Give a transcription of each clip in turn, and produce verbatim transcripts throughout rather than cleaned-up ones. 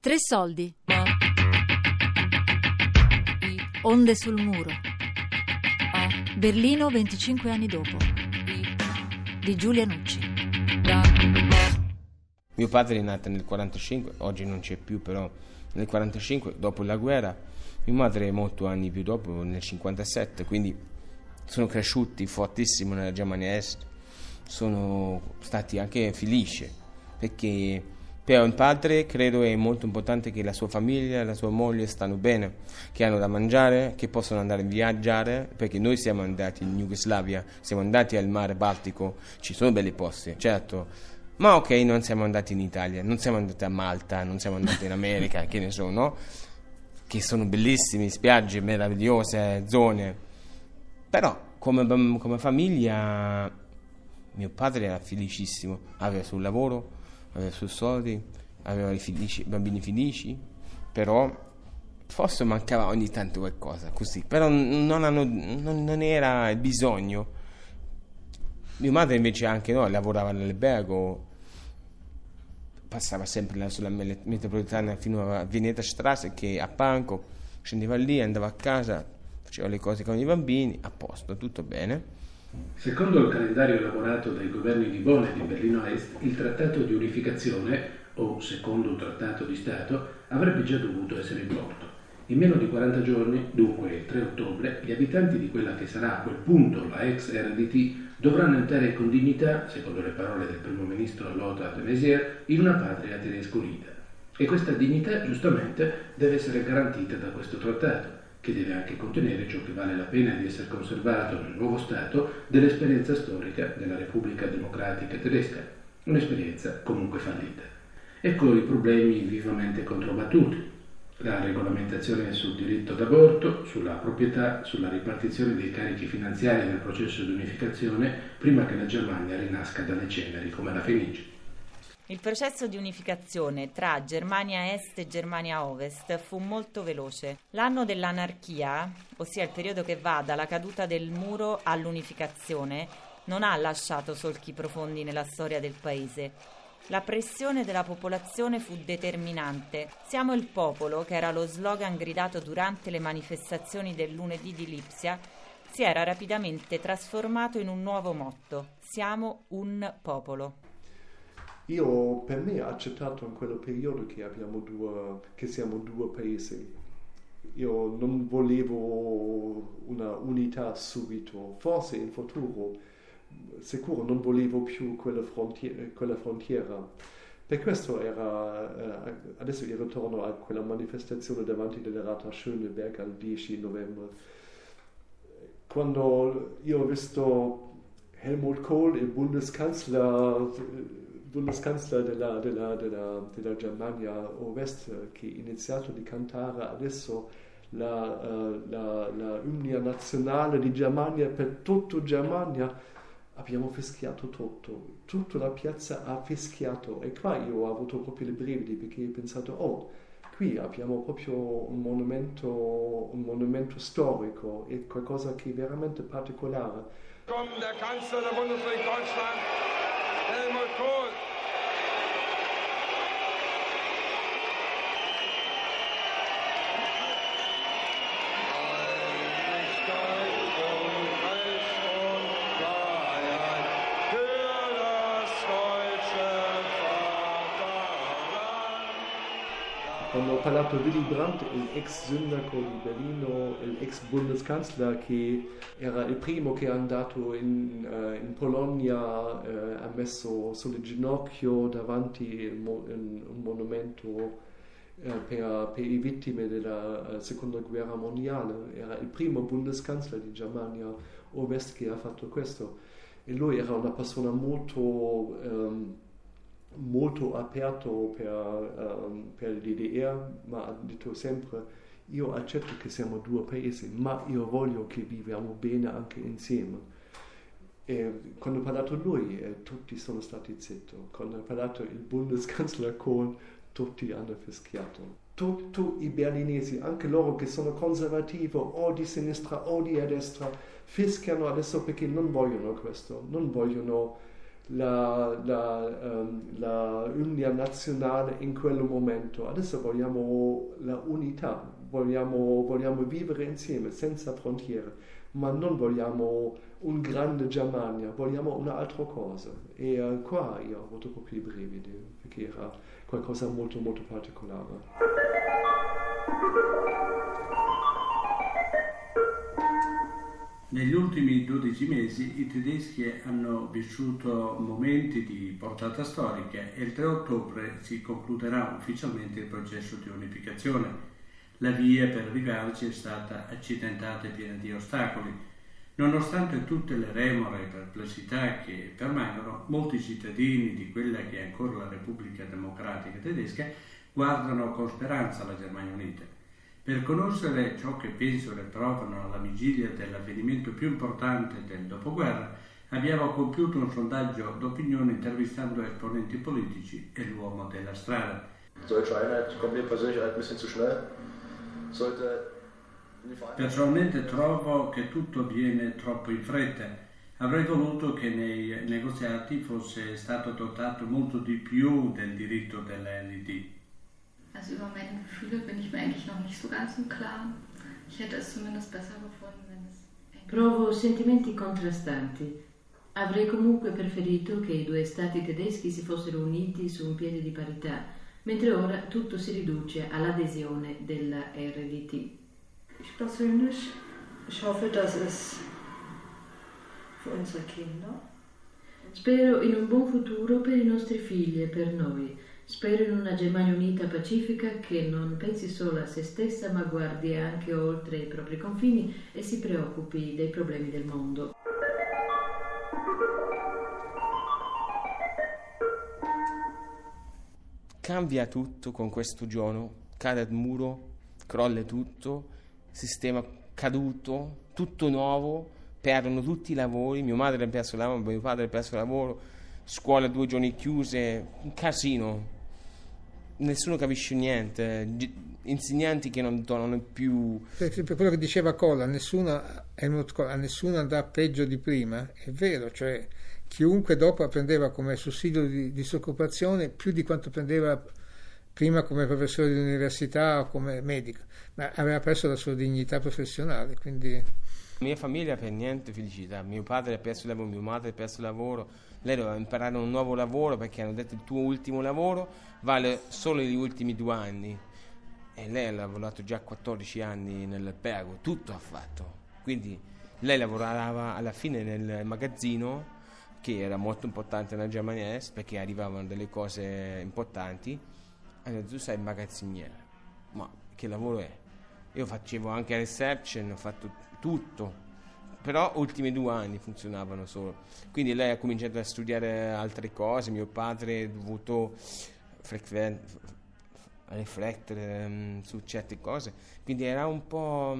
Tre soldi. Onde sul muro. Berlino venticinque anni dopo. Di Giulia Nucci. Mio padre è nato nel quarantacinque, oggi non c'è più, però nel quarantacinque, dopo la guerra. Mia madre molti anni più dopo, nel cinquantasette, quindi sono cresciuti fortissimo nella Germania Est. Sono stati anche felici, perché per un padre credo è molto importante che la sua famiglia e la sua moglie stanno bene, che hanno da mangiare, che possono andare a viaggiare, perché noi siamo andati in Jugoslavia, siamo andati al mare Baltico, ci sono belli posti, certo. Ma ok, non siamo andati in Italia, non siamo andati a Malta, non siamo andati in America, che ne so, no? Che sono bellissimi, spiagge meravigliose, zone. Però come, come famiglia mio padre era felicissimo, aveva sul lavoro, aveva sul soldi, aveva i felici, bambini felici, però forse mancava ogni tanto qualcosa, così. Però non, hanno, non, non era il bisogno. Mia madre invece anche no, lavorava all'albergo, passava sempre sulla metropolitana fino a Veneta Strasse, che a Pankow, scendeva lì, andava a casa, faceva le cose con i bambini, a posto, tutto bene. Secondo il calendario elaborato dai governi di Bonn e di Berlino Est, il trattato di unificazione, o secondo un trattato di Stato, avrebbe già dovuto essere in porto. In meno di quaranta giorni, dunque il tre ottobre, gli abitanti di quella che sarà a quel punto la ex R D T dovranno entrare con dignità, secondo le parole del primo ministro Lothar de Maizière, in una patria tedesca unita. E questa dignità, giustamente, deve essere garantita da questo trattato, che deve anche contenere ciò che vale la pena di essere conservato nel nuovo Stato dell'esperienza storica della Repubblica Democratica Tedesca, un'esperienza comunque fallita. Ecco i problemi vivamente controbattuti. La regolamentazione sul diritto d'aborto, sulla proprietà, sulla ripartizione dei carichi finanziari nel processo di unificazione, prima che la Germania rinasca dalle ceneri come la Fenice. Il processo di unificazione tra Germania Est e Germania Ovest fu molto veloce. L'anno dell'anarchia, ossia il periodo che va dalla caduta del muro all'unificazione, non ha lasciato solchi profondi nella storia del paese. La pressione della popolazione fu determinante. Siamo il popolo, che era lo slogan gridato durante le manifestazioni del lunedì di Lipsia, si era rapidamente trasformato in un nuovo motto: siamo un popolo. Io per me ho accettato in quel periodo che abbiamo due, che siamo due paesi. Io non volevo una unità subito, forse in futuro, sicuro non volevo più quella frontiera, quella frontiera. Per questo era, eh, adesso io ritorno a quella manifestazione davanti alla Rathaus Schöneberg al dieci novembre, quando io ho visto Helmut Kohl, il Bundeskanzler, Bundeskanzler della, della, della, della Germania Ovest, che ha iniziato a cantare adesso la, uh, la, la inno nazionale di Germania per tutta Germania. Abbiamo fischiato tutto, tutta la piazza ha fischiato, e qua io ho avuto proprio le brividi, perché ho pensato, oh, qui abbiamo proprio un monumento, un monumento storico, e qualcosa che è veramente particolare. Kommen der Kanzler der Bundesrepublik Deutschland, Helmut Kohl. Quando ho parlato Willy Brandt, l'ex sindaco di Berlino, l'ex Bundeskanzler, che era il primo che è andato in, uh, in Polonia, uh, ha messo sulle ginocchio davanti il mo- un monumento uh, per, per le vittime della uh, seconda guerra mondiale. Era il primo Bundeskanzler di Germania Ovest che ha fatto questo. E lui era una persona molto... Um, molto aperto per, um, per l'D D R, ma ha detto sempre: io accetto che siamo due paesi, ma io voglio che viviamo bene anche insieme. E quando ha parlato lui, eh, tutti sono stati zitti. Quando ha parlato il Bundeskanzler Kohl, tutti hanno fischiato. Tutti i berlinesi, anche loro che sono conservativi o di sinistra o di destra, fischiano adesso perché non vogliono questo, non vogliono la, la, um, la unità nazionale in quel momento. Adesso vogliamo la unità, vogliamo, vogliamo vivere insieme senza frontiere, ma non vogliamo un grande Germania, vogliamo un'altra cosa. E uh, qua io ho avuto proprio i brividi, perché era qualcosa molto molto particolare. Negli ultimi dodici mesi i tedeschi hanno vissuto momenti di portata storica e il tre ottobre si concluderà ufficialmente il processo di unificazione. La via per arrivarci è stata accidentata e piena di ostacoli. Nonostante tutte le remore e perplessità che permangono, molti cittadini di quella che è ancora la Repubblica Democratica Tedesca guardano con speranza alla Germania Unita. Per conoscere ciò che pensano e provano alla vigilia dell'avvenimento più importante del dopoguerra, abbiamo compiuto un sondaggio d'opinione intervistando esponenti politici e l'uomo della strada. Personalmente trovo che tutto avviene troppo in fretta. Avrei voluto che nei negoziati fosse stato dotato molto di più del diritto della L D. Also über meine Gefühle bin ich mir eigentlich noch nicht so ganz im Klaren. Ich hätte es zumindest besser gefunden, wenn es... Provo sentimenti contrastanti. Avrei comunque preferito che i due stati tedeschi si fossero uniti su un piede di parità, mentre ora tutto si riduce all'adesione della R D T. Ich persönlich, ich hoffe, dass es für unsere Kinder. Spero in un buon futuro per i nostri figli e per noi. Spero in una Germania unita pacifica che non pensi solo a se stessa ma guardi anche oltre i propri confini e si preoccupi dei problemi del mondo. Cambia tutto con questo giorno, cade il muro, crolla tutto, sistema caduto, tutto nuovo, perdono tutti i lavori, mia madre ha perso il lavoro, mio padre ha perso il lavoro, scuola due giorni chiuse, un casino. Nessuno capisce niente, insegnanti che non tornano più. Per esempio quello che diceva Cola, nessuno, a nessuno andrà peggio di prima, è vero, cioè chiunque dopo prendeva come sussidio di disoccupazione più di quanto prendeva prima come professore di università o come medico, ma aveva perso la sua dignità professionale, quindi... La mia famiglia per niente felicità, mio padre ha perso il lavoro, mia madre ha perso il lavoro, lei doveva imparare un nuovo lavoro perché hanno detto il tuo ultimo lavoro vale solo gli ultimi due anni e lei ha lavorato già quattordici anni nel Pergo, tutto ha fatto, quindi lei lavorava alla fine nel magazzino che era molto importante nella Germania Est perché arrivavano delle cose importanti e ha detto tu sei il magazziniere, ma che lavoro è? Io facevo anche reception, ho fatto tutto, però ultimi due anni funzionavano solo, quindi lei ha cominciato a studiare altre cose, mio padre ha dovuto frequen- riflettere um, su certe cose, quindi era un po'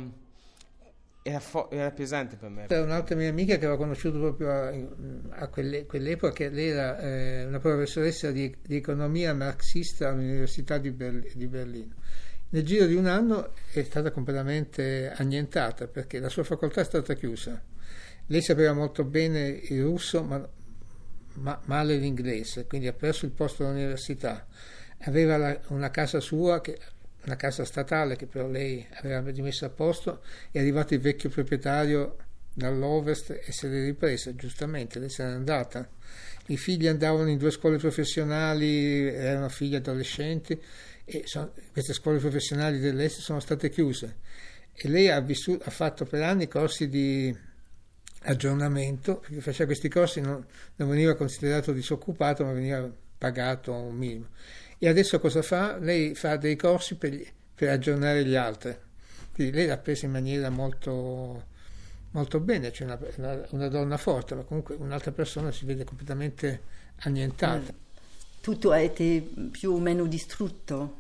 era, fo- era pesante per me. C'era un'altra mia amica che avevo conosciuto proprio a, a quelle, quell'epoca, che lei era eh, una professoressa di, di economia marxista all'Università di, Berl- di Berlino. Nel giro di un anno è stata completamente annientata perché la sua facoltà è stata chiusa. Lei sapeva molto bene il russo ma, ma male l'inglese, quindi ha perso il posto all'università. Aveva la, una casa sua, che, una casa statale che però lei aveva rimesso a posto, è arrivato il vecchio proprietario dall'Ovest e se l'è ripresa, giustamente, lei se n'è andata. I figli andavano in due scuole professionali, erano figli adolescenti, e sono, queste scuole professionali dell'est sono state chiuse e lei ha, vissuto, ha fatto per anni corsi di aggiornamento, perché faceva questi corsi, non, non veniva considerato disoccupato ma veniva pagato un minimo, e adesso cosa fa? Lei fa dei corsi per, per aggiornare gli altri, quindi lei l'ha presa in maniera molto, molto bene, cioè una, una, una donna forte, ma comunque un'altra persona si vede completamente annientata. Mm. Tutto ha été più o meno distrutto,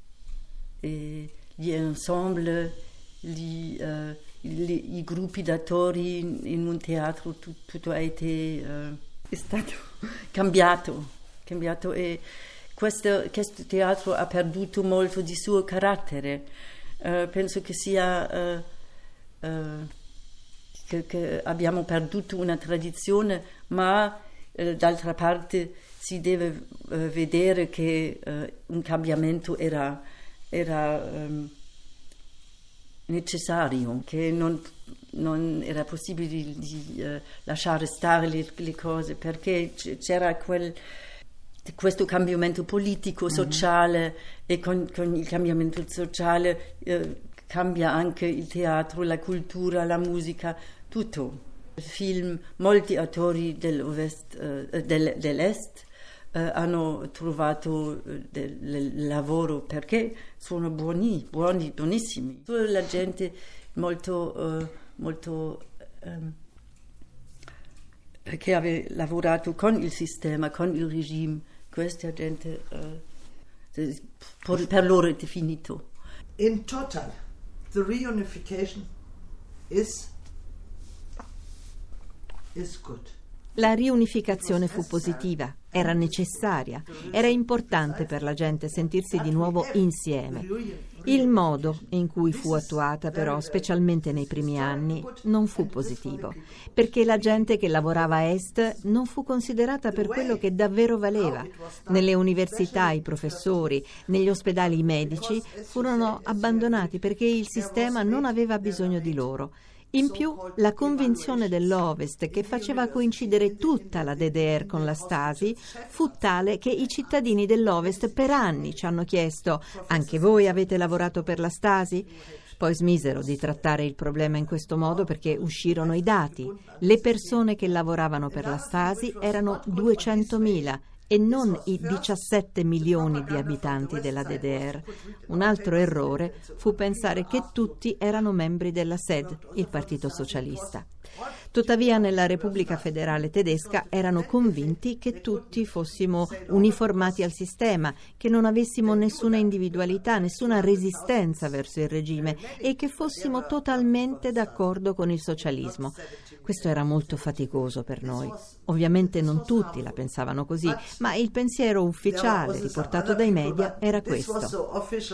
e gli ensemble, gli, uh, gli, i gruppi d'attore in, in un teatro, tu, tutto ha été, uh, è stato cambiato, cambiato e questo, questo teatro ha perduto molto di suo carattere. Uh, penso che sia uh, uh, che, che abbiamo perduto una tradizione, ma eh, d'altra parte si deve eh, vedere che eh, un cambiamento era, era um, necessario, che non, non era possibile di, di uh, lasciare stare le, le cose, perché c'era quel, questo cambiamento politico, sociale, mm-hmm. e con, con il cambiamento sociale eh, cambia anche il teatro, la cultura, la musica, tutto. Il film, molti attori dell'Ovest, eh, del, dell'Est eh, hanno trovato eh, del lavoro perché sono buoni, buoni, buonissimi. La gente molto, eh, molto eh, che aveva lavorato con il sistema, con il regime, questa gente eh, per, per loro è finito. In total, the reunification is is good. La riunificazione fu positiva, era necessaria, era importante per la gente sentirsi di nuovo insieme. Il modo in cui fu attuata, però, specialmente nei primi anni, non fu positivo, perché la gente che lavorava a Est non fu considerata per quello che davvero valeva. Nelle università i professori, negli ospedali i medici furono abbandonati perché il sistema non aveva bisogno di loro. In più, la convinzione dell'Ovest, che faceva coincidere tutta la D D R con la Stasi, fu tale che i cittadini dell'Ovest per anni ci hanno chiesto: anche voi avete lavorato per la Stasi? Poi smisero di trattare il problema in questo modo perché uscirono i dati. Le persone che lavoravano per la Stasi erano duecentomila e non i diciassette milioni di abitanti della D D R. Un altro errore fu pensare che tutti erano membri della S E D, il Partito Socialista. Tuttavia, nella Repubblica Federale Tedesca erano convinti che tutti fossimo uniformati al sistema, che non avessimo nessuna individualità, nessuna resistenza verso il regime e che fossimo totalmente d'accordo con il socialismo. Questo era molto faticoso per noi. Ovviamente non tutti la pensavano così, ma il pensiero ufficiale riportato dai media era questo.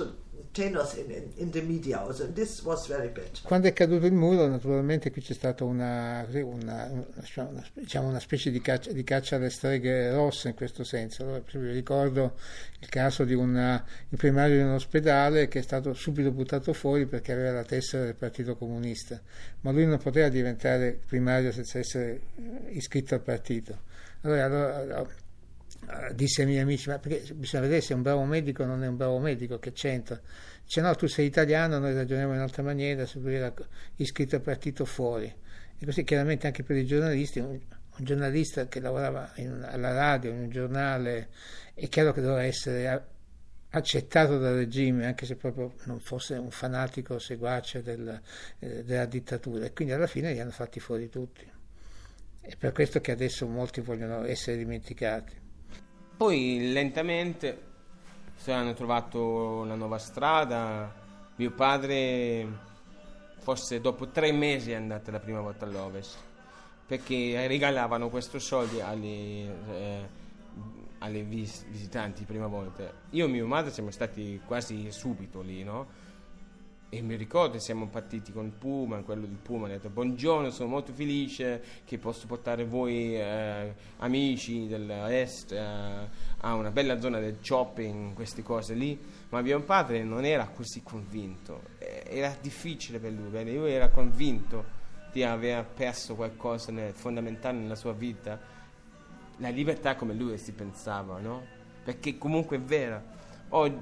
Quando è caduto il muro, naturalmente qui c'è stata una, una, una, diciamo una specie di caccia, di caccia alle streghe rosse in questo senso. Allora, ricordo il caso di una, il primario di un ospedale che è stato subito buttato fuori perché aveva la tessera del Partito Comunista, ma lui non poteva diventare primario senza essere iscritto al partito. Allora, allora disse ai miei amici: ma perché bisogna vedere se è un bravo medico o non è un bravo medico, che c'entra? Dice: no, tu sei italiano, noi ragioniamo in un'altra maniera, se lui era iscritto al partito fuori. E così chiaramente anche per i giornalisti, un, un giornalista che lavorava in, alla radio, in un giornale, è chiaro che doveva essere accettato dal regime, anche se proprio non fosse un fanatico seguace del, eh, della dittatura, e quindi alla fine li hanno fatti fuori tutti. È per questo che adesso molti vogliono essere dimenticati. Poi lentamente hanno trovato una nuova strada. Mio padre forse dopo tre mesi è andato la prima volta all'Ovest, perché regalavano questo soldi alle, eh, alle vis- visitanti prima volta. Io e mia madre siamo stati quasi subito lì, no? E mi ricordo, siamo partiti con il Pullman, quello del Pullman, ha detto: buongiorno, sono molto felice che posso portare voi eh, amici dell'Est eh, a una bella zona del shopping, queste cose lì. Ma mio padre non era così convinto, era difficile per lui, perché lui era convinto di aver perso qualcosa nel, fondamentale nella sua vita, la libertà come lui si pensava, no? Perché comunque è vera, oh,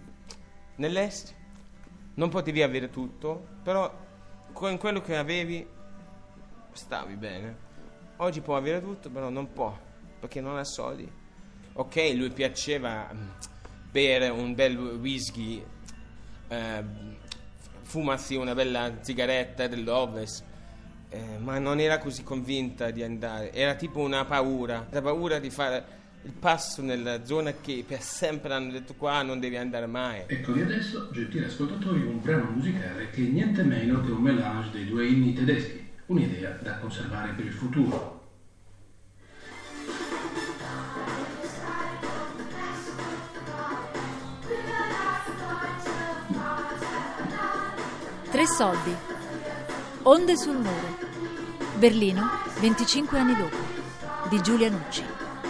nell'Est non potevi avere tutto, però con quello che avevi stavi bene. Oggi può avere tutto, però non può, perché non ha soldi. Ok, lui piaceva bere un bel whisky, eh, fumarsi una bella sigaretta dell'Ovest, eh, ma non era così convinta di andare. Era tipo una paura, la paura di fare il passo nella zona che per sempre hanno detto: qua non devi andare mai. Eccovi adesso, gentili ascoltatori, un brano musicale che è niente meno che un mélange dei due inni tedeschi, un'idea da conservare per il futuro. Tre soldi. Onde sul muro. Berlino, venticinque anni dopo. Di di Giulia Nucci.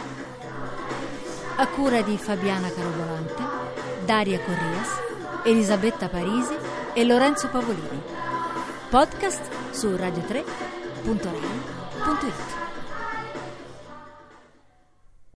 A cura di Fabiana Carobolante, Daria Corrias, Elisabetta Parisi e Lorenzo Pavolini. Podcast su radio tre punto rai punto it.